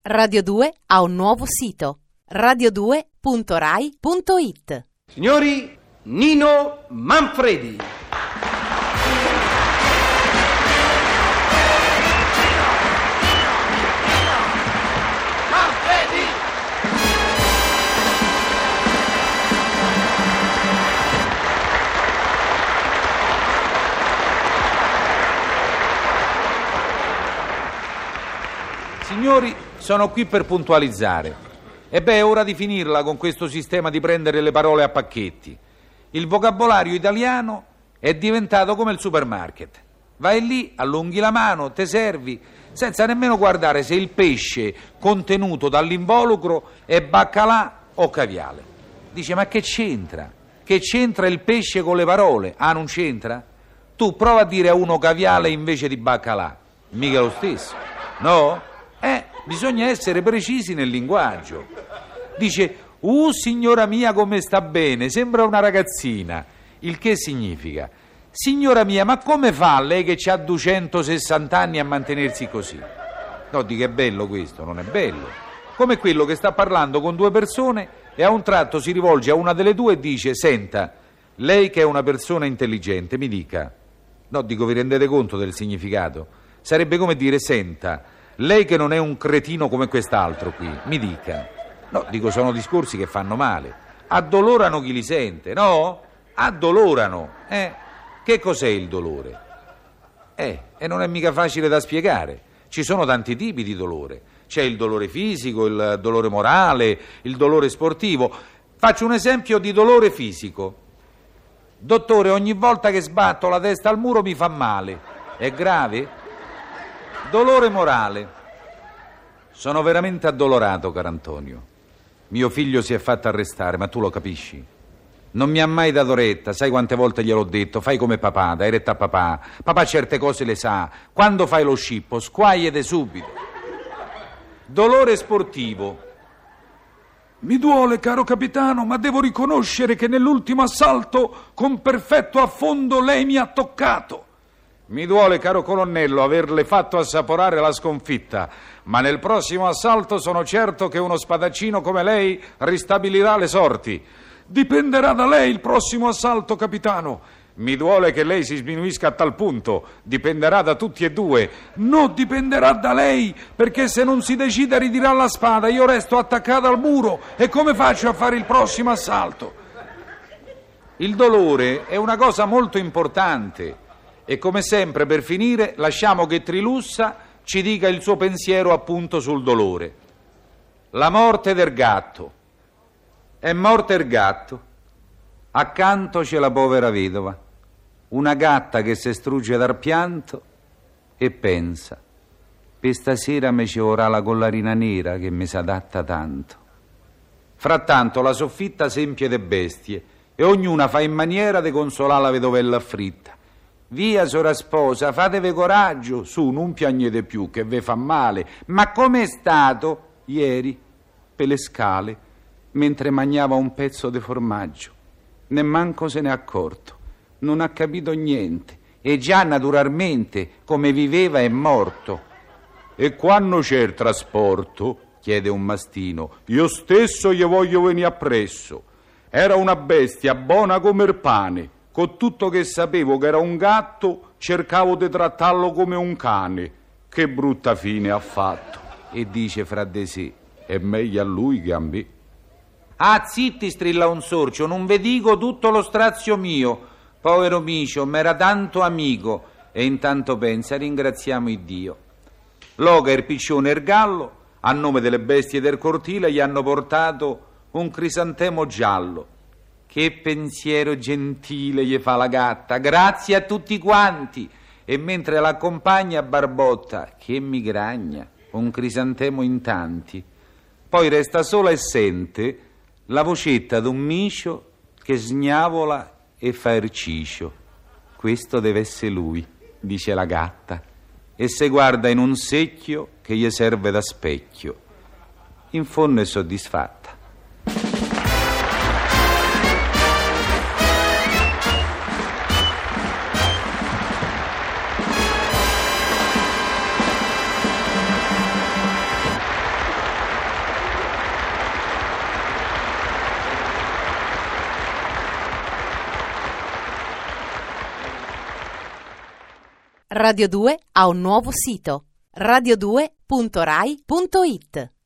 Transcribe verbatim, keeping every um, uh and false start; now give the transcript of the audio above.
Radio due ha un nuovo sito, radio due punto rai punto it. Signori, Nino Manfredi. Manfredi! Signori, sono qui per puntualizzare. E beh, è ora di finirla con questo sistema di prendere le parole a pacchetti. Il vocabolario italiano è diventato come il supermarket. Vai lì, allunghi la mano, te servi, senza nemmeno guardare se il pesce contenuto dall'involucro è baccalà o caviale. Dice, ma che c'entra? Che c'entra il pesce con le parole? Ah, non c'entra? Tu prova a dire a uno caviale invece di baccalà. Mica lo stesso, no? Eh, bisogna essere precisi nel linguaggio. Dice, uh, signora mia come sta bene, sembra una ragazzina. Il che significa, signora mia, ma come fa lei che ha duecentosessanta anni a mantenersi così? No, di che è bello questo, non è bello. Come quello che sta parlando con due persone e a un tratto si rivolge a una delle due e dice, senta, lei che è una persona intelligente, mi dica. No, dico, vi rendete conto del significato? Sarebbe come dire, senta, lei che non è un cretino come quest'altro qui, mi dica. No, dico, sono discorsi che fanno male. Addolorano chi li sente, no? Addolorano, eh? Che cos'è il dolore? Eh, e non è mica facile da spiegare. Ci sono tanti tipi di dolore. C'è il dolore fisico, il dolore morale, il dolore sportivo. Faccio un esempio di dolore fisico. Dottore, ogni volta che sbatto la testa al muro mi fa male. È grave? Dolore morale. Sono veramente addolorato, caro Antonio. Mio figlio si è fatto arrestare, ma tu lo capisci? Non mi ha mai dato retta, sai quante volte gliel'ho detto, fai come papà, dai retta a papà. Papà certe cose le sa, quando fai lo scippo, squagliate subito. Dolore sportivo. Mi duole, caro capitano, ma devo riconoscere che nell'ultimo assalto, con perfetto affondo, lei mi ha toccato. Mi duole, caro colonnello, averle fatto assaporare la sconfitta, ma nel prossimo assalto sono certo che uno spadaccino come lei ristabilirà le sorti. Dipenderà da lei il prossimo assalto, capitano. Mi duole che lei si sminuisca a tal punto, dipenderà da tutti e due. No, dipenderà da lei, perché se non si decide a ritirare la spada io resto attaccato al muro e come faccio a fare il prossimo assalto? Il dolore è una cosa molto importante. E come sempre, per finire, lasciamo che Trilussa ci dica il suo pensiero appunto sul dolore. La morte del gatto. È morto il gatto. Accanto c'è la povera vedova, una gatta che si strugge dal pianto e pensa, per stasera mi ci vorrà la collarina nera che mi s'adatta tanto. Frattanto la soffitta s'empie de bestie e ognuna fa in maniera di consolare la vedovella afflitta. Via, sora sposa, fatevi coraggio, su, non piagnete più, che ve fa male. Ma com'è stato ieri, per le scale, mentre mangiava un pezzo di formaggio? Nemmanco se n'è accorto, non ha capito niente, e già naturalmente, come viveva, è morto. E quando c'è il trasporto, chiede un mastino, io stesso gli voglio venire appresso. Era una bestia buona come il pane. Con tutto che sapevo che era un gatto, cercavo di trattarlo come un cane. Che brutta fine ha fatto. E dice fra di sé, è meglio a lui che a me. Ah, zitti, strilla un sorcio, non ve dico tutto lo strazio mio. Povero micio, m'era tanto amico. E intanto pensa, ringraziamo il Dio. Loga, il piccione e il gallo, a nome delle bestie del cortile, gli hanno portato un crisantemo giallo. Che pensiero gentile gli fa la gatta, grazie a tutti quanti. E mentre l'accompagna barbotta, che migragna, un crisantemo in tanti. Poi resta sola e sente la vocetta d'un micio che sgnavola e fa ercicio. Questo deve essere lui, dice la gatta, e se guarda in un secchio che gli serve da specchio. In fondo è soddisfatta. Radio due ha un nuovo sito: radio due punto rai punto it.